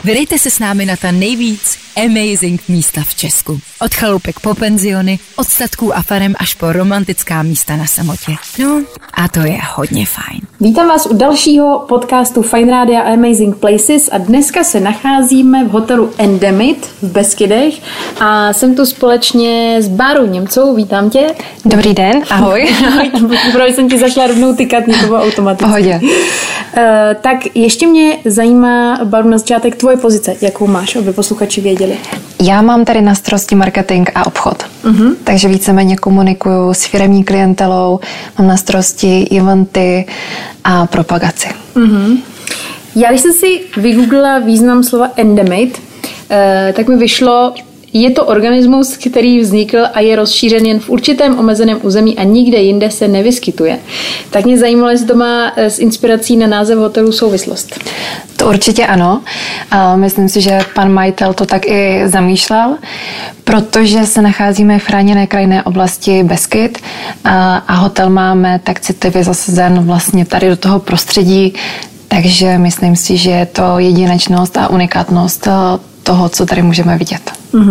Vydejte se s námi na ta nejvíc amazing místa v Česku. Od chalupek po penziony, od statků a farem až po romantická místa na samotě. No a to je hodně fajn. Vítám vás u dalšího podcastu Fine Rádia Amazing Places a dneska se nacházíme v hotelu Endemit v Beskydech a jsem tu společně s Bárou Němcovou. Vítám tě. Dobrý den, ahoj. Právě jsem ti zašla rovnou tykat někoho automaticky. Pohodě. Tak ještě mě zajímá, Báru, na začátek tvoje pozice, jakou máš, aby posluchači věděli. Já mám tady na starosti marketing a obchod. Takže víceméně komunikuju s firemní klientelou, mám na starosti eventy a propagaci. Já když jsem si vygooglila význam slova endemit, tak mi vyšlo, je to organismus, který vznikl a je rozšířen jen v určitém omezeném území a nikde jinde se nevyskytuje. Tak mě zajímalo, jestli to má s inspirací na název hotelu souvislost. To určitě ano. Myslím si, že pan majitel to tak i zamýšlel, protože se nacházíme v chráněné krajinné oblasti Beskyd a hotel máme tak citlivě zasazen vlastně tady do toho prostředí, takže myslím si, že je to jedinečnost a unikátnost toho, co tady můžeme vidět.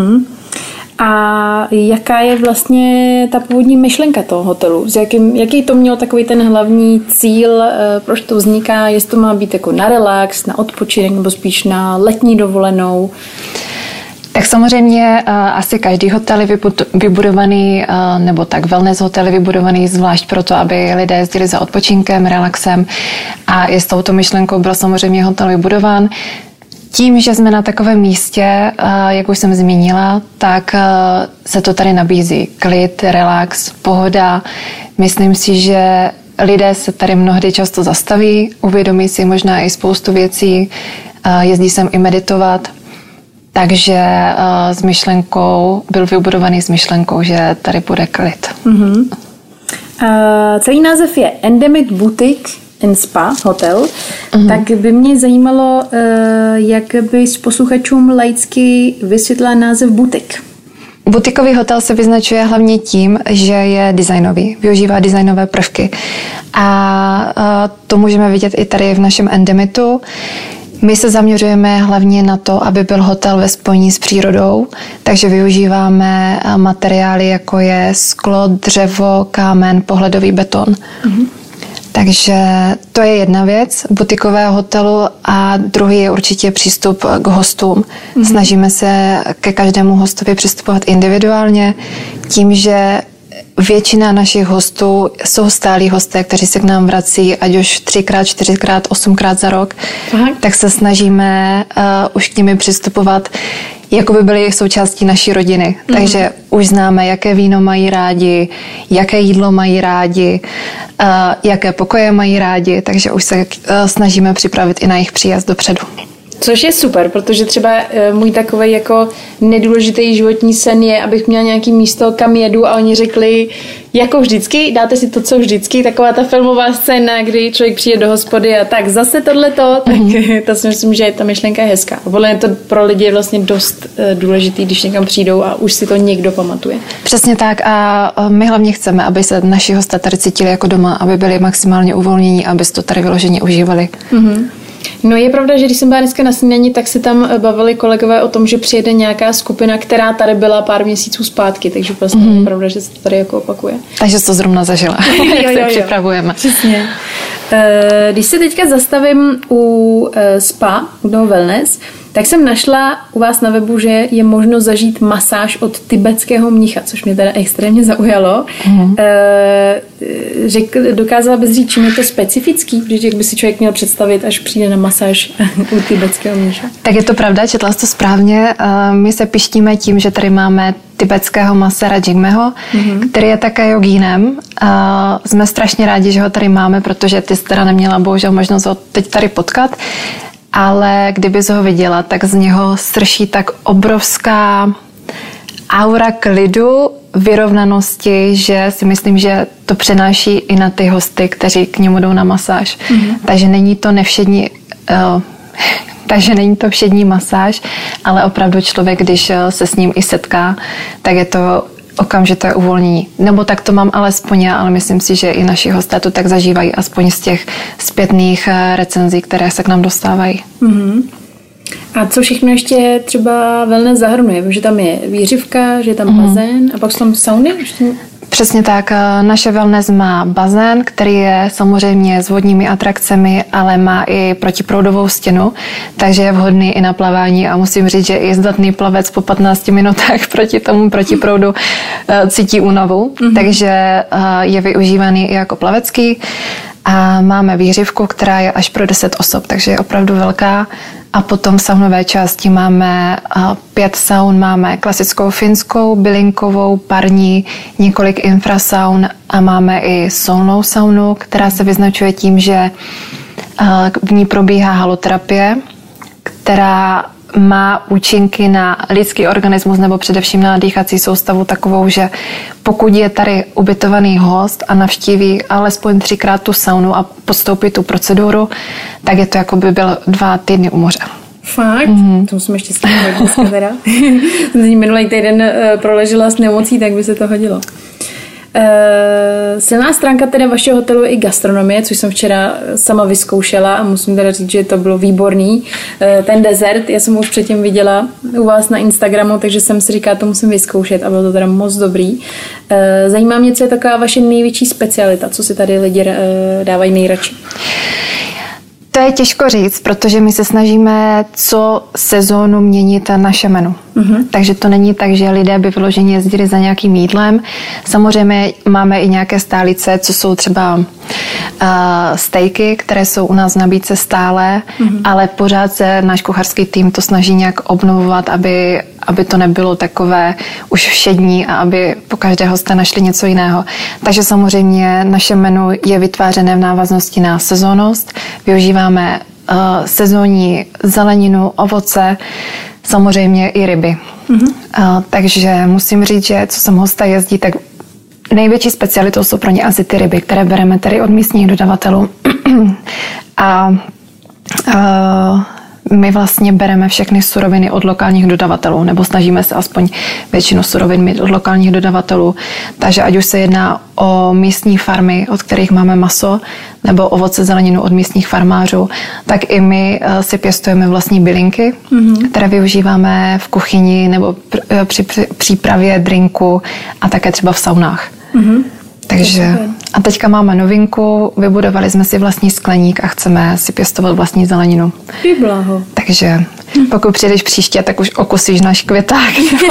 A jaká je vlastně ta původní myšlenka toho hotelu? Jaký to měl takový ten hlavní cíl, proč to vzniká? Jestli to má být jako na relax, na odpočinek nebo spíš na letní dovolenou? Tak samozřejmě asi každý hotel je vybudovaný, nebo tak wellness hotel je vybudovaný zvlášť proto, aby lidé jezdili za odpočinkem, relaxem a i s touto myšlenkou byl samozřejmě hotel vybudován. Tím, že jsme na takovém místě, jak už jsem zmínila, tak se to tady nabízí. Klid, relax, pohoda. Myslím si, že lidé se tady mnohdy často zastaví, uvědomí si možná i spoustu věcí, jezdí sem i meditovat. Takže byl vybudovaný s myšlenkou, že tady bude klid. Celý název je Endemit Boutique and Spa Hotel, tak by mě zajímalo, jak by s posluchačům laicky vysvětlila název butik. Butikový hotel se vyznačuje hlavně tím, že je designový, využívá designové prvky. A to můžeme vidět i tady v našem Endemitu. My se zaměřujeme hlavně na to, aby byl hotel ve spojení s přírodou, takže využíváme materiály, jako je sklo, dřevo, kámen, pohledový beton. Takže to je jedna věc butikového hotelu a druhý je určitě přístup k hostům. Snažíme se ke každému hostovi přistupovat individuálně tím, že většina našich hostů jsou stálí hosté, kteří se k nám vrací, ať už 3x, 4x, 8x za rok, tak se snažíme už k nimi přistupovat, jako by byly součástí naší rodiny. Takže už známe, jaké víno mají rádi, jaké jídlo mají rádi, jaké pokoje mají rádi, takže už se snažíme připravit i na jejich příjezd dopředu. Což je super, protože třeba můj takovej jako nedůležitý životní sen je, abych měla nějaký místo, kam jedu a oni řekli, jako vždycky, dáte si to, co vždycky, taková ta filmová scéna, kdy člověk přijde do hospody a tak zase tohleto, tak to si myslím, že ta myšlenka je hezká. Podle mě to pro lidi je vlastně dost důležitý, když někam přijdou a už si to někdo pamatuje. Přesně tak a my hlavně chceme, aby se naši hosté tady cítili jako doma, aby byli maximálně uvolnění, aby si to tady vyloženě užívali. No je pravda, že když jsem byla dneska na snídani, tak se tam bavili kolegové o tom, že přijede nějaká skupina, která tady byla pár měsíců zpátky, takže vlastně je pravda, že se to tady jako opakuje. Takže to zrovna zažila, jak se připravujeme. Přesně. Když se teďka zastavím u spa, u toho wellness, tak jsem našla u vás na webu, že je možno zažít masáž od tibetského mnicha, což mě teda extrémně zaujalo. Dokázala bys říct, čím je to specifický, protože jak by si člověk měl představit, až přijde na masáž u tibetského mnicha. Tak je to pravda, četla jsi to správně. My se pyštíme tím, že tady máme tibetského maséra Jigmeho, který je také jogínem. Jsme strašně rádi, že ho tady máme, protože ty jsi teda neměla bohužel možnost ho teď tady potkat. Ale kdybys ho viděla, tak z něho srší tak obrovská aura klidu, vyrovnanosti, že si myslím, že to přenáší i na ty hosty, kteří k němu jdou na masáž. Takže není to všední masáž, ale opravdu člověk, když se s ním i setká, tak je to okamžité uvolnění. Nebo tak to mám alespoň já, ale myslím si, že i naši hosté to tak zažívají, aspoň z těch zpětných recenzí, které se k nám dostávají. A co všechno ještě třeba wellness zahrnuje? Vím, že tam je výřivka, že je tam bazén a pak jsou tam sauny? Přesně tak. Naše wellness má bazén, který je samozřejmě s vodními atrakcemi, ale má i protiproudovou stěnu, takže je vhodný i na plavání a musím říct, že i zdatný plavec po 15 minutách proti tomu protiproudu cítí únavu, takže je využívaný i jako plavecký. A máme výřivku, která je až pro 10 osob, takže je opravdu velká. A potom v saunové části máme 5 saun, máme klasickou finskou, bylinkovou, parní, několik infrasaun a máme i solnou saunu, která se vyznačuje tím, že v ní probíhá haloterapie, která má účinky na lidský organismus nebo především na dýchací soustavu takovou, že pokud je tady ubytovaný host a navštíví alespoň 3krát tu saunu a podstoupí tu proceduru, tak je to jako by byl 2 týdny u moře. Fakt? To musím ještě stát dneska teda. Minulý týden proležela s nemocí, tak by se to hodilo. Silná stránka teda vašeho hotelu je i gastronomie, což jsem včera sama vyzkoušela a musím teda říct, že to bylo výborný. Ten dezert, já jsem ho už předtím viděla u vás na Instagramu, takže jsem si říkala, to musím vyzkoušet a bylo to teda moc dobrý. Zajímá mě, co je taková vaše největší specialita, co si tady lidi dávají nejradši. To je těžko říct, protože my se snažíme co sezónu měnit naše menu. Takže to není tak, že lidé by vyloženě jezdili za nějakým jídlem. Samozřejmě máme i nějaké stálice, co jsou třeba stejky, které jsou u nás v nabídce stále, ale pořád se náš kuchařský tým to snaží nějak obnovovat, aby to nebylo takové už všední a aby po každého jste našli něco jiného. Takže samozřejmě naše menu je vytvářené v návaznosti na sezónnost. Využíváme sezónní zeleninu, ovoce, samozřejmě i ryby. Takže musím říct, že co jsem hosta jezdí, tak největší specialitou jsou pro ně asi ty ryby, které bereme tady od místních dodavatelů. A my vlastně bereme všechny suroviny od lokálních dodavatelů, nebo snažíme se aspoň většinu surovin mít od lokálních dodavatelů. Takže ať už se jedná o místní farmy, od kterých máme maso, nebo ovoce, zeleninu od místních farmářů, tak i my si pěstujeme vlastní bylinky, které využíváme v kuchyni nebo při přípravě drinku a také třeba v saunách. Takže a teďka máme novinku, vybudovali jsme si vlastní skleník a chceme si pěstovat vlastní zeleninu. Blaho. Takže pokud přijdeš příště, tak už okusíš náš květák.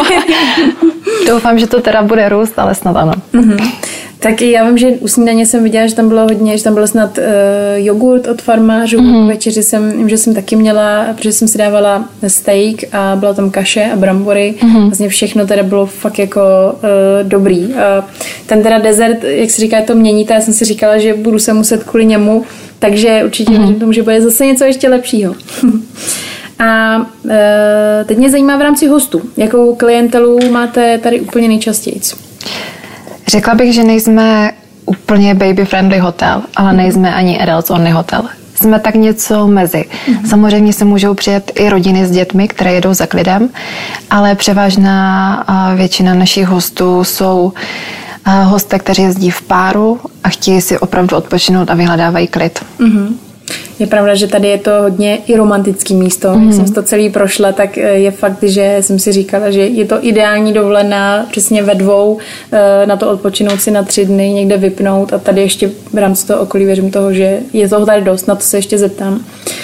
Doufám, že to teda bude růst, ale snad ano. Tak já vím, že u snídaně jsem viděla, že tam bylo hodně, že tam byl snad jogurt od farmářů. K večeři jsem taky měla, protože jsem si dávala steak a byla tam kaše a brambory. Vlastně všechno teda bylo fakt jako dobrý. Ten teda dezert, jak se říká, to měníte. Já jsem si říkala, že budu se muset kvůli němu, takže určitě věřím tomu, že bude zase něco ještě lepšího. A teď mě zajímá v rámci hostů, jakou klientelu máte tady úplně nejčastěji? Řekla bych, že nejsme úplně baby-friendly hotel, ale nejsme ani adults-only hotel. Jsme tak něco mezi. Samozřejmě se můžou přijet i rodiny s dětmi, které jedou za klidem, ale převážná většina našich hostů jsou hosté, kteří jezdí v páru a chtějí si opravdu odpočinout a vyhledávají klid. Je pravda, že tady je to hodně i romantický místo. Jak jsem to celý prošla, tak je fakt, že jsem si říkala, že je to ideální dovolená přesně ve 2 na to odpočinout si na 3 dny, někde vypnout a tady ještě v rámci toho okolí věřím toho, že je toho tady dost, na to se ještě zeptám.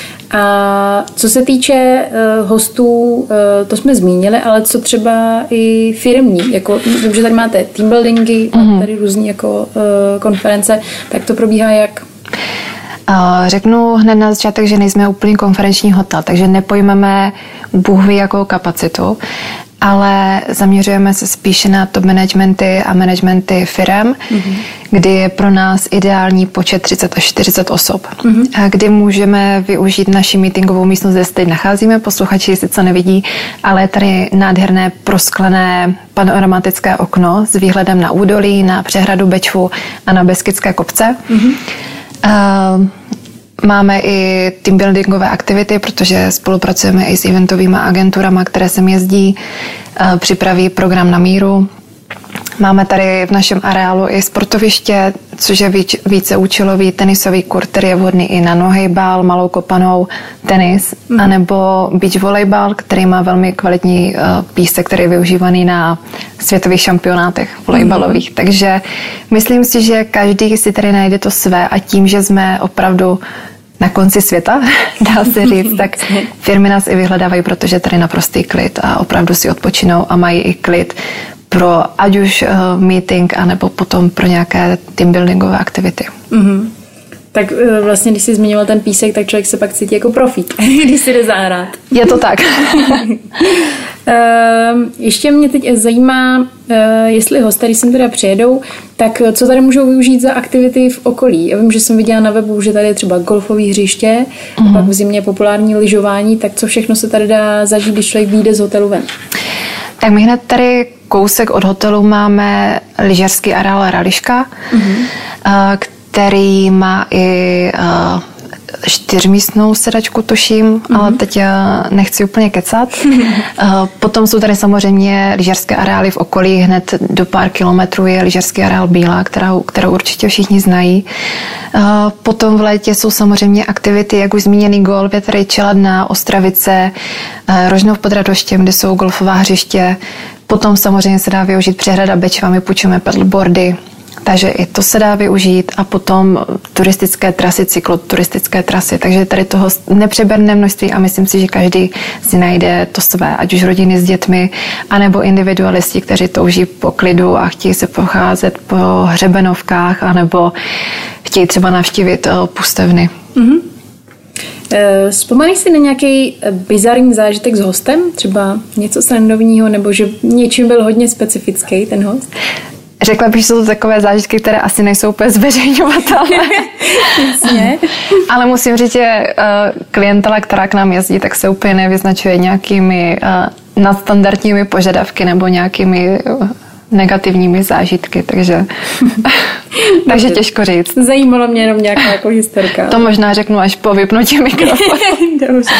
A co se týče hostů, to jsme zmínili, ale co třeba i firmní, jako vím, že tady máte teambuildingy, tady různý jako konference, tak to probíhá jak? Řeknu hned na začátek, že nejsme úplný konferenční hotel, takže nepojmeme Bůh ví jakou kapacitu, ale zaměřujeme se spíše na top managementy a managementy firem, kdy je pro nás ideální počet 30 až 40 osob. A kdy můžeme využít naši meetingovou místnost, kde se teď nacházíme, posluchači sice nevidí, ale je tady nádherné prosklené panoramatické okno s výhledem na údolí, na přehradu Bečvu a na Beskydské kopce. Máme i teambuildingové aktivity, protože spolupracujeme i s eventovými agenturami, které sem jezdí, připraví program na míru. Máme tady v našem areálu i sportoviště, což je více účelový tenisový kurt, který je vhodný i na nohejbal, malou kopanou, tenis, anebo beach volejbal, který má velmi kvalitní písek, který je využívaný na světových šampionátech volejbalových. Takže myslím si, že každý si tady najde to své a tím, že jsme opravdu na konci světa, dá se říct, tak firmy nás i vyhledávají, protože tady naprostý klid a opravdu si odpočinou a mají i klid pro ať už meeting, anebo potom pro nějaké teambuildingové aktivity. Tak vlastně, když jsi zmiňoval ten písek, tak člověk se pak cítí jako profík, když si jde zahrát. Je to tak. Ještě mě teď zajímá, jestli hosté, když sem teda přijedou, tak co tady můžou využít za aktivity v okolí? Já vím, že jsem viděla na webu, že tady je třeba golfové hřiště, a pak v zimě populární lyžování, tak co všechno se tady dá zažít, když člověk vyjde z hotelu ven? Tak my hned tady kousek od hotelu máme lyžařský areál Rališka, který má i 4místnou sedačku, tuším, ale teď nechci úplně kecat. Potom jsou tady samozřejmě lyžařské areály v okolí, hned do pár kilometrů je lyžařský areál Bílá, kterou určitě všichni znají. Potom v létě jsou samozřejmě aktivity, jak už zmíněný golf, je tady Čeladná, Ostravice, Rožnov pod Radoštěm, kde jsou golfová hřiště. Potom samozřejmě se dá využít přehrada Bečva, my půjčujeme paddleboardy, takže i to se dá využít a potom turistické trasy, cykloturistické trasy, takže tady toho nepřeberné množství a myslím si, že každý si najde to své, ať už rodiny s dětmi, anebo individualisti, kteří touží po klidu a chtějí se procházet po hřebenovkách, anebo chtějí třeba navštívit pustevny. Vzpomeneš si na nějaký bizarní zážitek s hostem? Třeba něco srandovního, nebo že něčím byl hodně specifický ten host? Řekla bych, že jsou to takové zážitky, které asi nejsou úplně zveřejňovatelné. Ale musím říct, že klientela, která k nám jezdí, tak se úplně nevyznačuje nějakými nadstandardními požadavky nebo nějakými negativními zážitky, takže těžko říct. Zajímalo mě jenom nějaká jako historka. To možná řeknu až po vypnutí mikrofonu. Dobře.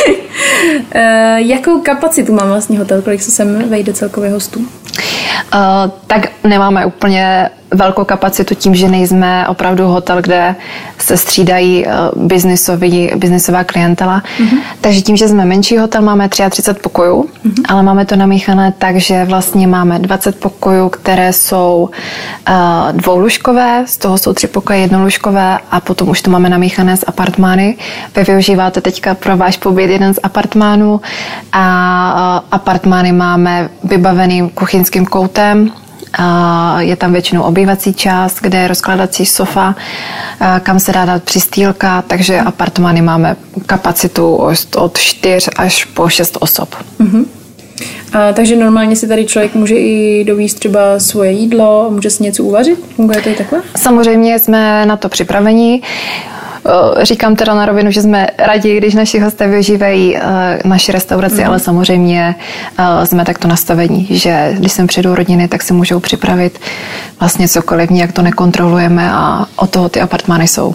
Jakou kapacitu má vlastně hotel? Kolik se sem vejde celkově hostů? Tak nemáme úplně velkou kapacitu tím, že nejsme opravdu hotel, kde se střídají biznisová klientela. Takže tím, že jsme menší hotel, máme 33 pokojů, ale máme to namíchané tak, že vlastně máme 20 pokojů, které jsou dvoulůžkové, z toho jsou 3 pokoje jednolůžkové a potom už to máme namíchané s apartmány. Vy využíváte teďka pro váš pobyt jeden z apartmánů a apartmány máme vybavený kuchyňským koutem. Je tam většinou obývací část, kde je rozkladací sofa, kam se dá dát přistýlka, takže apartmány máme kapacitu od 4 až po 6 osob. Takže normálně si tady člověk může i dovízt třeba svoje jídlo, může si něco uvařit? Funguje to i takhle? Samozřejmě jsme na to připraveni. Říkám teda na rovinu, že jsme rádi, když naši hosté využívají naši restauraci, ale samozřejmě jsme takto nastavení, že když sem přijdou rodiny, tak si můžou připravit vlastně cokoliv, nijak to nekontrolujeme a od toho ty apartmány jsou.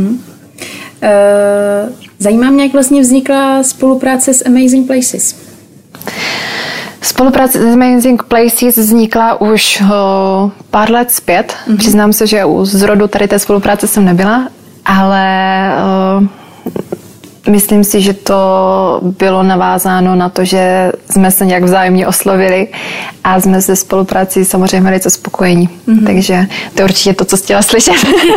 Zajímá mě, jak vlastně vznikla spolupráce s Amazing Places. Spolupráce s Amazing Places vznikla už pár let zpět. Přiznám se, že u zrodu tady té spolupráce jsem nebyla, ale myslím si, že to bylo navázáno na to, že jsme se nějak vzájemně oslovili a jsme se spoluprací samozřejmě velice spokojení. Takže to je určitě to, co jsi chtěla slyšet.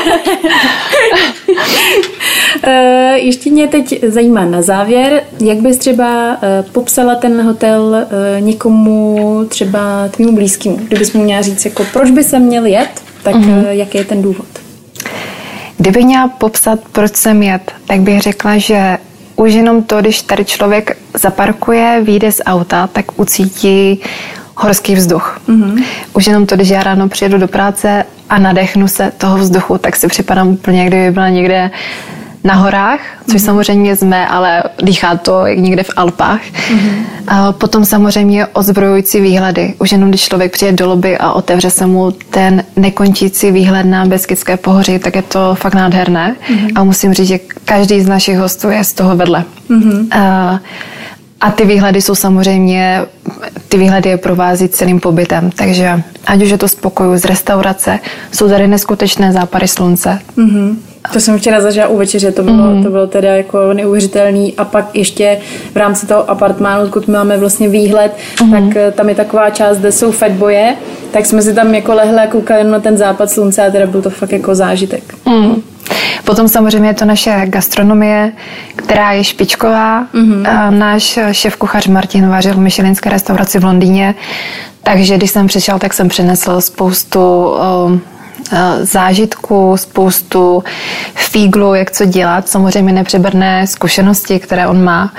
Ještě mě teď zajímá na závěr, jak bys třeba popsala ten hotel někomu třeba tvýmu blízkému. Kdybys mu měla říct, jako, proč by se měl jet, tak jaký je ten důvod? Kdybych měla popsat, proč jsem jet, tak bych řekla, že už jenom to, když tady člověk zaparkuje, vyjde z auta, tak ucítí horský vzduch. Už jenom to, když já ráno přijedu do práce a nadechnu se toho vzduchu, tak si připadám úplně, kdyby byla někde na horách, což samozřejmě jsme, ale dýchá to jak někde v Alpách. A potom samozřejmě ozbrojující výhledy. Už jenom když člověk přijde do lobby a otevře se mu ten nekončící výhled na Beskydské pohoří, tak je to fakt nádherné. A musím říct, že každý z našich hostů je z toho vedle. A ty výhledy jsou samozřejmě, ty výhledy je provází celým pobytem. Takže ať už je to spokoju z restaurace, jsou tady neskutečné západy slunce. Mm-hmm. To jsem včera zažila u večeře, to bylo teda jako neuvěřitelný a pak ještě v rámci toho apartmánu, odkud máme vlastně výhled, tak tam je taková část, kde jsou fatboje, tak jsme si tam jako lehli a koukali na ten západ slunce a teda byl to fakt jako zážitek. Potom samozřejmě je to naše gastronomie, která je špičková. Náš šéfkuchař Martin vařil v michelinské restauraci v Londýně, takže když jsem přišel, tak jsem přinesl spoustu zážitků, spoustu fíglu, jak co dělat, samozřejmě nepřeberné zkušenosti, které on má.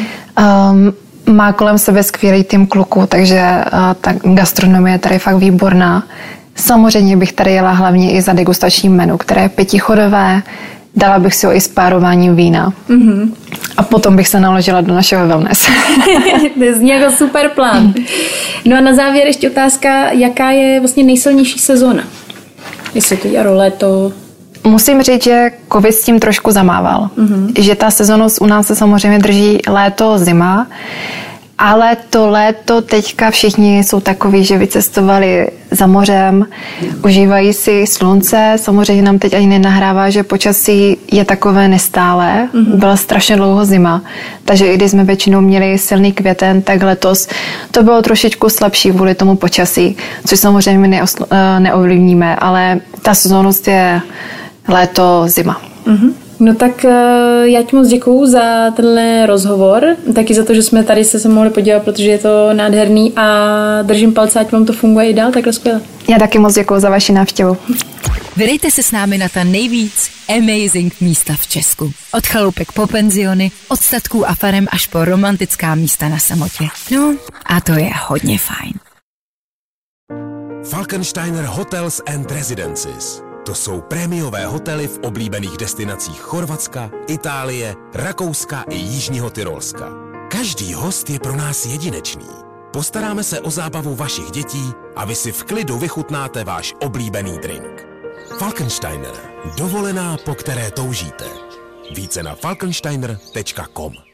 Má kolem sebe skvělý tým kluků, takže ta gastronomie je tady fakt výborná. Samozřejmě bych tady jela hlavně i za degustačním menu, které je pětichodové, dala bych si ho i s párováním vína. A potom bych se naložila do našeho wellness. To zní jako super plán. No a na závěr ještě otázka, jaká je vlastně nejsilnější sezóna? Jestli to jaro, léto? Musím říct, že covid s tím trošku zamával. Že ta sezónnost u nás se samozřejmě drží léto, zima, ale to léto teďka všichni jsou takoví, že vycestovali za mořem, užívají si slunce, samozřejmě nám teď ani nenahrává, že počasí je takové nestálé, byla strašně dlouho zima, takže i když jsme většinou měli silný květen, tak letos to bylo trošičku slabší kvůli tomu počasí, což samozřejmě neovlivníme, ale ta sezónnost je léto, zima. No tak já ti moc děkuju za tenhle rozhovor, taky za to, že jsme tady se mohli podívat, protože je to nádherný a držím palce, ať vám to funguje i dál takhle skvěle. Já taky moc děkuju za vaši návštěvu. Vydejte se s námi na ta nejvíc amazing místa v Česku. Od chaloupek po penziony, od statků a farem až po romantická místa na samotě. No a to je hodně fajn. Falkensteiner Hotels and Residences. To jsou prémiové hotely v oblíbených destinacích Chorvatska, Itálie, Rakouska i Jižního Tyrolska. Každý host je pro nás jedinečný. Postaráme se o zábavu vašich dětí a vy si v klidu vychutnáte váš oblíbený drink. Falkensteiner. Dovolená, po které toužíte. Více na falkensteiner.com.